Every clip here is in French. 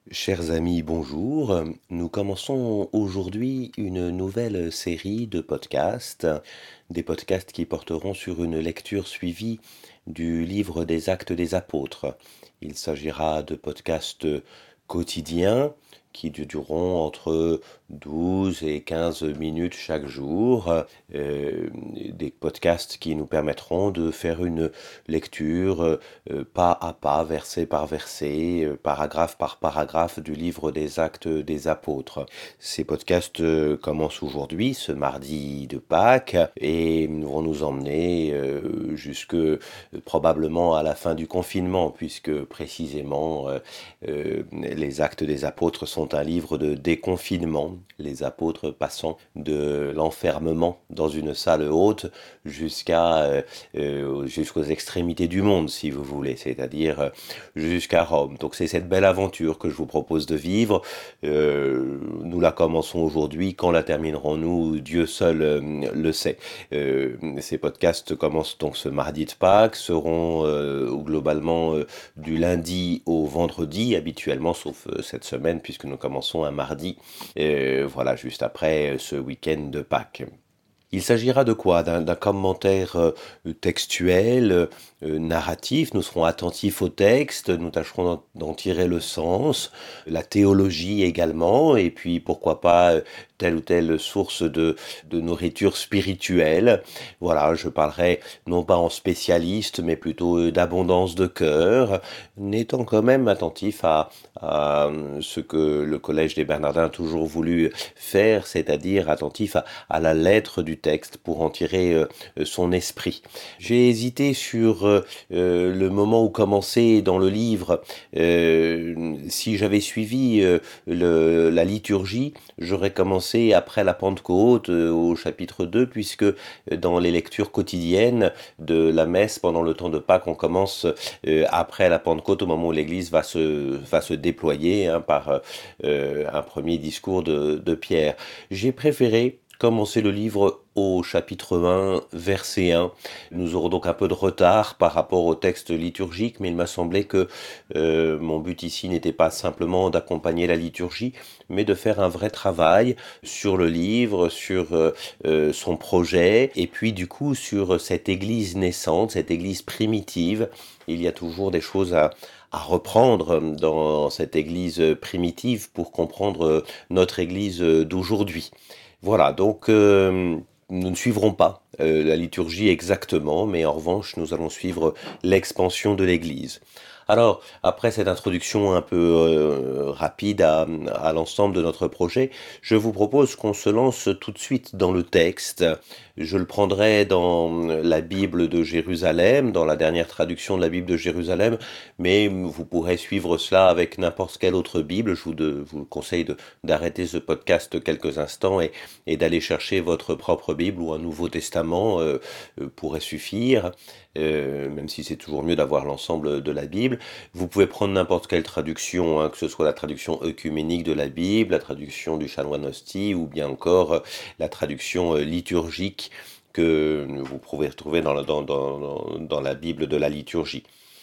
Chers amis, bonjour. Nous commençons aujourd'hui une nouvelle série de podcasts, des podcasts qui porteront sur une lecture suivie du livre des Actes des Apôtres. Il s'agira de podcasts quotidiens qui dureront entre 12 et 15 minutes chaque jour, des podcasts qui nous permettront de faire une lecture pas à pas, verset par verset, paragraphe par paragraphe du livre des Actes des Apôtres. Ces podcasts commencent aujourd'hui, ce mardi de Pâques, et vont nous emmener jusque probablement à la fin du confinement, puisque précisément les Actes des Apôtres sont un livre de déconfinement, les apôtres passant de l'enfermement dans une salle haute jusqu'aux extrémités du monde, si vous voulez, c'est-à-dire jusqu'à Rome. Donc c'est cette belle aventure que je vous propose de vivre. Nous la commençons aujourd'hui. Quand la terminerons-nous? Dieu seul le sait. Ces podcasts commencent donc ce mardi de Pâques, seront globalement du lundi au vendredi, habituellement, sauf cette semaine, puisque nous commençons un mardi, voilà, juste après ce week-end de Pâques. Il s'agira de quoi? D'un commentaire textuel, narratif. Nous serons attentifs au texte, nous tâcherons d'en tirer le sens, la théologie également, et puis pourquoi pas telle ou telle source de nourriture spirituelle. Voilà, je parlerai non pas en spécialiste, mais plutôt d'abondance de cœur, n'étant quand même attentif à ce que le Collège des Bernardins a toujours voulu faire, c'est-à-dire attentif à la lettre du texte pour en tirer son esprit. J'ai hésité sur le moment où commencer dans le livre. Si j'avais suivi la liturgie, j'aurais commencé après la Pentecôte au chapitre 2, puisque dans les lectures quotidiennes de la messe pendant le temps de Pâques, on commence après la Pentecôte, au moment où l'Église va se déployer par un premier discours de Pierre. J'ai préféré commencer le livre au chapitre 1, verset 1. Nous aurons donc un peu de retard par rapport au texte liturgique, mais il m'a semblé que mon but ici n'était pas simplement d'accompagner la liturgie, mais de faire un vrai travail sur le livre, sur son projet, et puis du coup sur cette église naissante, cette église primitive. Il y a toujours des choses à reprendre dans cette église primitive pour comprendre notre église d'aujourd'hui. Voilà, donc nous ne suivrons pas la liturgie exactement, mais en revanche, nous allons suivre l'expansion de l'Église. Alors, après cette introduction un peu rapide à l'ensemble de notre projet, je vous propose qu'on se lance tout de suite dans le texte. Je le prendrai dans la Bible de Jérusalem, dans la dernière traduction de la Bible de Jérusalem, mais vous pourrez suivre cela avec n'importe quelle autre Bible. Je vous conseille d'arrêter ce podcast quelques instants et d'aller chercher votre propre Bible ou un Nouveau Testament pourrait suffire, même si c'est toujours mieux d'avoir l'ensemble de la Bible. Vous pouvez prendre n'importe quelle traduction, que ce soit la traduction œcuménique de la Bible, la traduction du chanoine Hostie, ou bien encore la traduction liturgique que vous pouvez retrouver dans la Bible de la liturgie.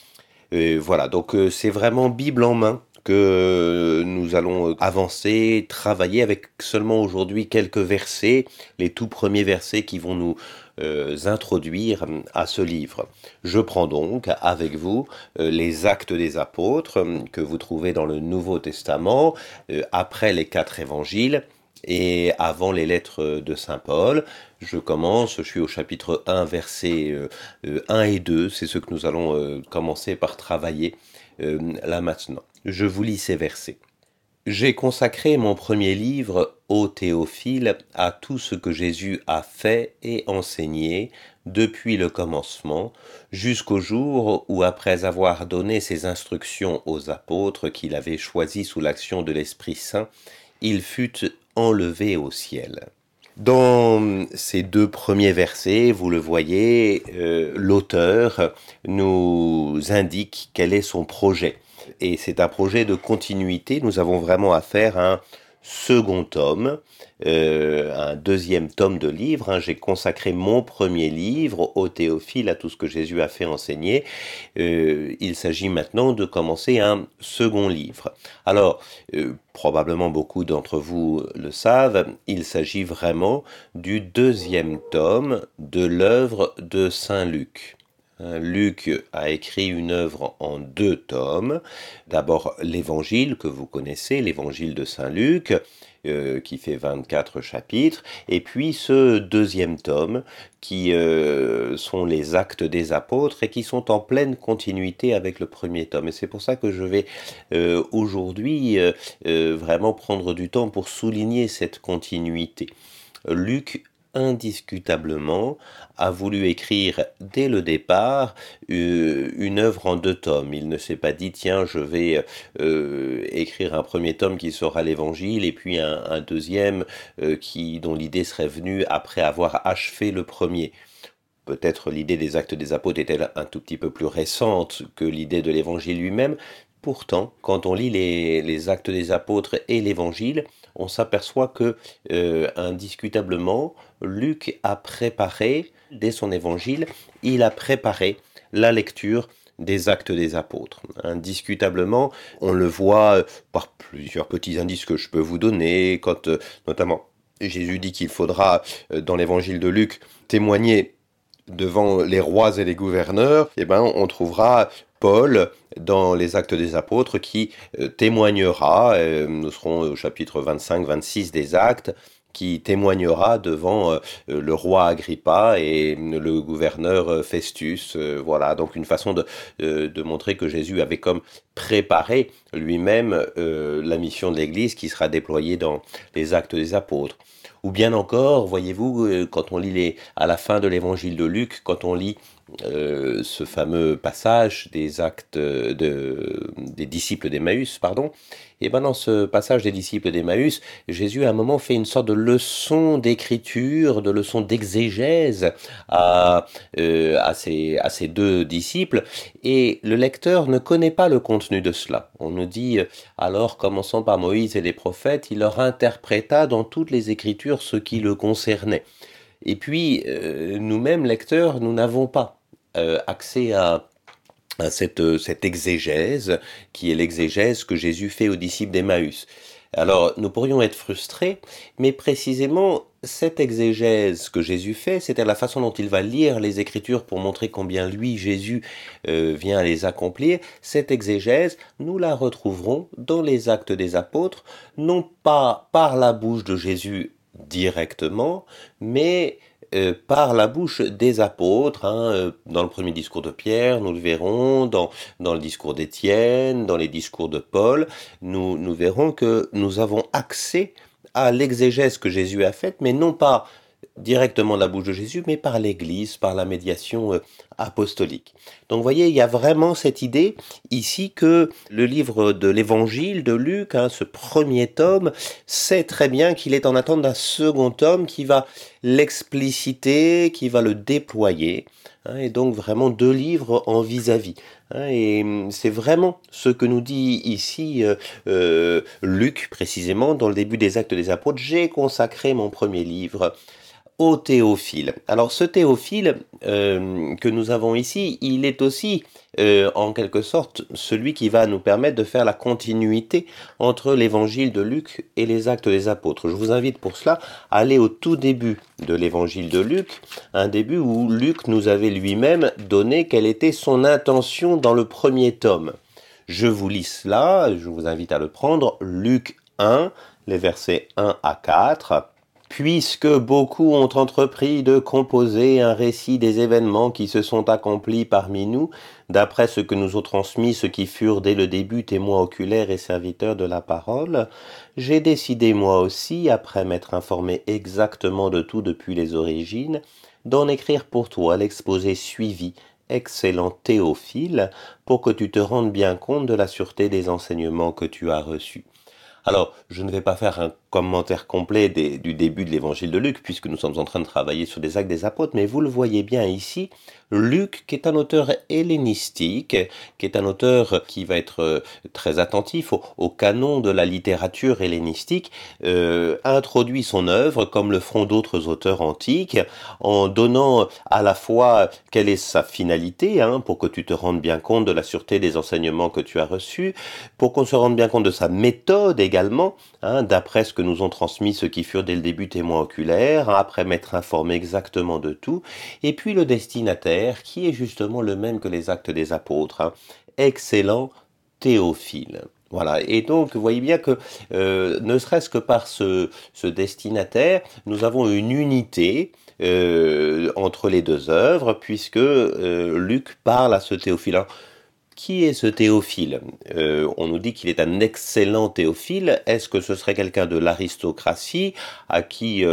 Voilà, donc c'est vraiment Bible en main que nous allons avancer, travailler avec seulement aujourd'hui quelques versets, les tout premiers versets qui vont nous introduire à ce livre. Je prends donc avec vous les Actes des Apôtres que vous trouvez dans le Nouveau Testament, après les 4 évangiles et avant les lettres de Saint Paul. Je suis au chapitre 1, versets 1 et 2, c'est ce que nous allons commencer par travailler là maintenant. Je vous lis ces versets. J'ai consacré mon premier livre, ô Théophile, à tout ce que Jésus a fait et enseigné depuis le commencement, jusqu'au jour où, après avoir donné ses instructions aux apôtres qu'il avait choisis sous l'action de l'Esprit Saint, il fut enlevé au ciel. Dans ces 2 premiers versets, vous le voyez, l'auteur nous indique quel est son projet. Et c'est un projet de continuité. Nous avons vraiment affaire à un second tome, un deuxième tome de livre, hein. J'ai consacré mon premier livre au Théophile, à tout ce que Jésus a fait enseigner. Il s'agit maintenant de commencer un second livre. Alors, probablement beaucoup d'entre vous le savent, il s'agit vraiment du deuxième tome de l'œuvre de Saint Luc. Luc a écrit une œuvre en 2 tomes. D'abord l'évangile que vous connaissez, l'évangile de Saint Luc, qui fait 24 chapitres, et puis ce deuxième tome qui sont les actes des apôtres et qui sont en pleine continuité avec le premier tome. Et c'est pour ça que je vais aujourd'hui vraiment prendre du temps pour souligner cette continuité. Luc indiscutablement a voulu écrire dès le départ une œuvre en 2 tomes. Il ne s'est pas dit tiens je vais écrire un premier tome qui sera l'évangile et puis un deuxième dont l'idée serait venue après avoir achevé le premier. Peut-être l'idée des actes des apôtres est-elle un tout petit peu plus récente que l'idée de l'évangile lui-même. Pourtant, quand on lit les actes des apôtres et l'évangile, on s'aperçoit que, indiscutablement, Luc a préparé, dès son évangile, il a préparé la lecture des actes des apôtres. Indiscutablement, on le voit par plusieurs petits indices que je peux vous donner, quand notamment Jésus dit qu'il faudra, dans l'évangile de Luc, témoigner devant les rois et les gouverneurs, on trouvera Paul dans les Actes des Apôtres qui témoignera, nous serons au chapitre 25-26 des Actes, qui témoignera devant le roi Agrippa et le gouverneur Festus. Voilà, donc une façon de montrer que Jésus avait comme préparé lui-même la mission de l'Église qui sera déployée dans les Actes des Apôtres. Ou bien encore, voyez-vous, quand on lit à la fin de l'évangile de Luc, quand on lit ce fameux passage des actes des disciples d'Emmaüs, et dans ce passage des disciples d'Emmaüs, Jésus à un moment fait une sorte de leçon d'écriture, de leçon d'exégèse à ces 2 disciples, et le lecteur ne connaît pas le contenu de cela. On nous dit, alors commençant par Moïse et les prophètes, il leur interpréta dans toutes les Écritures ce qui le concernait. Et puis, nous-mêmes, lecteurs, nous n'avons pas accès à cette exégèse, qui est l'exégèse que Jésus fait aux disciples d'Emmaüs. Alors, nous pourrions être frustrés, mais précisément, cette exégèse que Jésus fait, c'est-à-dire la façon dont il va lire les Écritures pour montrer combien lui, Jésus, vient les accomplir, cette exégèse, nous la retrouverons dans les Actes des Apôtres, non pas par la bouche de Jésus directement, mais par la bouche des apôtres, dans le premier discours de Pierre, nous le verrons, dans le discours d'Étienne, dans les discours de Paul, nous verrons que nous avons accès à l'exégèse que Jésus a faite, mais non pas directement de la bouche de Jésus, mais par l'Église, par la médiation apostolique. Donc vous voyez, il y a vraiment cette idée ici que le livre de l'Évangile de Luc, ce premier tome, sait très bien qu'il est en attente d'un second tome qui va l'expliciter, qui va le déployer, et donc vraiment 2 livres en vis-à-vis. Et c'est vraiment ce que nous dit ici Luc, précisément, dans le début des Actes des Apôtres. J'ai consacré mon premier livre au Théophile. Alors ce Théophile que nous avons ici, il est aussi en quelque sorte celui qui va nous permettre de faire la continuité entre l'évangile de Luc et les Actes des Apôtres. Je vous invite pour cela à aller au tout début de l'évangile de Luc, un début où Luc nous avait lui-même donné quelle était son intention dans le premier tome. Je vous lis cela, je vous invite à le prendre, Luc 1, les versets 1 à 4. Puisque beaucoup ont entrepris de composer un récit des événements qui se sont accomplis parmi nous, d'après ce que nous ont transmis ceux qui furent dès le début témoins oculaires et serviteurs de la parole, j'ai décidé moi aussi, après m'être informé exactement de tout depuis les origines, d'en écrire pour toi l'exposé suivi, excellent Théophile, pour que tu te rendes bien compte de la sûreté des enseignements que tu as reçus. Alors, je ne vais pas faire un commentaire complet du début de l'évangile de Luc, puisque nous sommes en train de travailler sur les actes des apôtres, mais vous le voyez bien ici, Luc, qui est un auteur hellénistique, qui est un auteur qui va être très attentif au canon de la littérature hellénistique, a introduit son œuvre, comme le feront d'autres auteurs antiques, en donnant à la fois quelle est sa finalité, pour que tu te rendes bien compte de la sûreté des enseignements que tu as reçus, pour qu'on se rende bien compte de sa méthode également, d'après ce que nous ont transmis ceux qui furent dès le début témoins oculaires, après m'être informé exactement de tout, et puis le destinataire, qui est justement le même que les actes des apôtres, excellent Théophile. Voilà, et donc vous voyez bien que ne serait-ce que par ce destinataire, nous avons une unité entre les deux œuvres, puisque Luc parle à ce Théophile. Alors, qui est ce Théophile? On nous dit qu'il est un excellent Théophile. Est-ce que ce serait quelqu'un de l'aristocratie à qui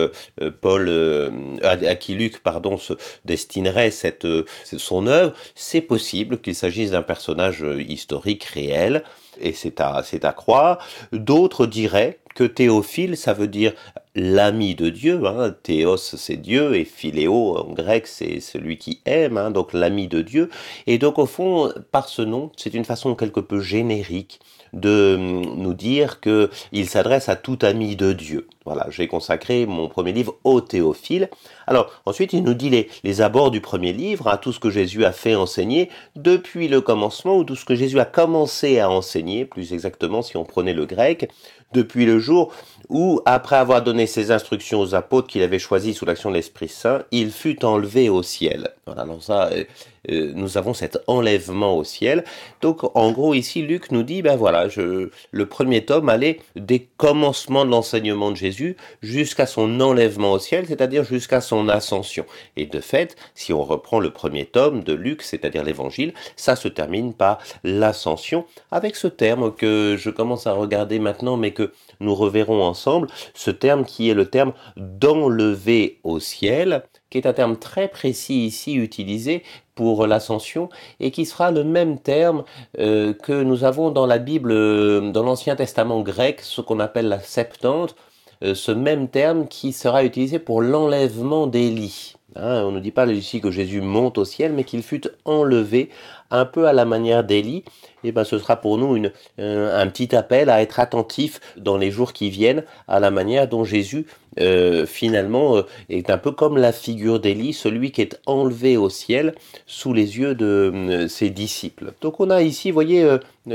à qui Luc, pardon, se destinerait son œuvre? C'est possible qu'il s'agisse d'un personnage historique réel, et c'est à croire. D'autres diraient que Théophile, ça veut dire l'ami de Dieu, Théos c'est Dieu, et Philéo en grec c'est celui qui aime, donc l'ami de Dieu. Et donc au fond, par ce nom, c'est une façon quelque peu générique de nous dire que il s'adresse à tout ami de Dieu. Voilà, j'ai consacré mon premier livre au Théophile. Alors, ensuite, il nous dit les abords du premier livre, à tout ce que Jésus a fait enseigner depuis le commencement, ou tout ce que Jésus a commencé à enseigner, plus exactement si on prenait le grec, depuis le jour où, après avoir donné ses instructions aux apôtres qu'il avait choisis sous l'action de l'Esprit Saint, il fut enlevé au ciel. Voilà, donc ça, nous avons cet enlèvement au ciel. Donc, en gros, ici, Luc nous dit, le premier tome allait des commencements de l'enseignement de Jésus jusqu'à son enlèvement au ciel, c'est-à-dire jusqu'à son ascension. Et de fait, si on reprend le premier tome de Luc, c'est-à-dire l'Évangile, ça se termine par l'ascension, avec ce terme que je commence à regarder maintenant, mais que nous reverrons ensemble, ce terme qui est le terme d'enlever au ciel, qui est un terme très précis ici utilisé pour l'ascension, et qui sera le même terme que nous avons dans la Bible, dans l'Ancien Testament grec, ce qu'on appelle la Septante, ce même terme qui sera utilisé pour l'enlèvement d'Élie. On ne dit pas ici que Jésus monte au ciel, mais qu'il fut enlevé un peu à la manière d'Élie. Et ce sera pour nous un petit appel à être attentif dans les jours qui viennent à la manière dont Jésus finalement est un peu comme la figure d'Élie, celui qui est enlevé au ciel sous les yeux de ses disciples. Donc on a ici, vous voyez,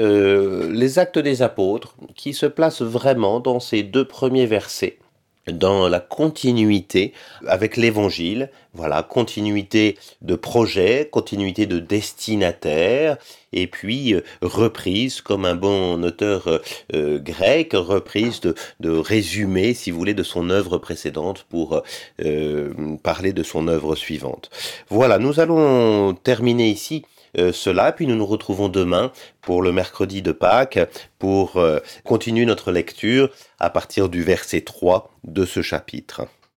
les actes des apôtres qui se placent vraiment dans ces deux premiers versets, dans la continuité avec l'évangile, voilà, continuité de projet, continuité de destinataire, et puis reprise, comme un bon auteur grec, reprise de résumé, si vous voulez, de son œuvre précédente pour parler de son œuvre suivante. Voilà, nous allons terminer ici cela, puis nous nous retrouvons demain pour le mercredi de Pâques, pour continuer notre lecture à partir du verset 3 de ce chapitre.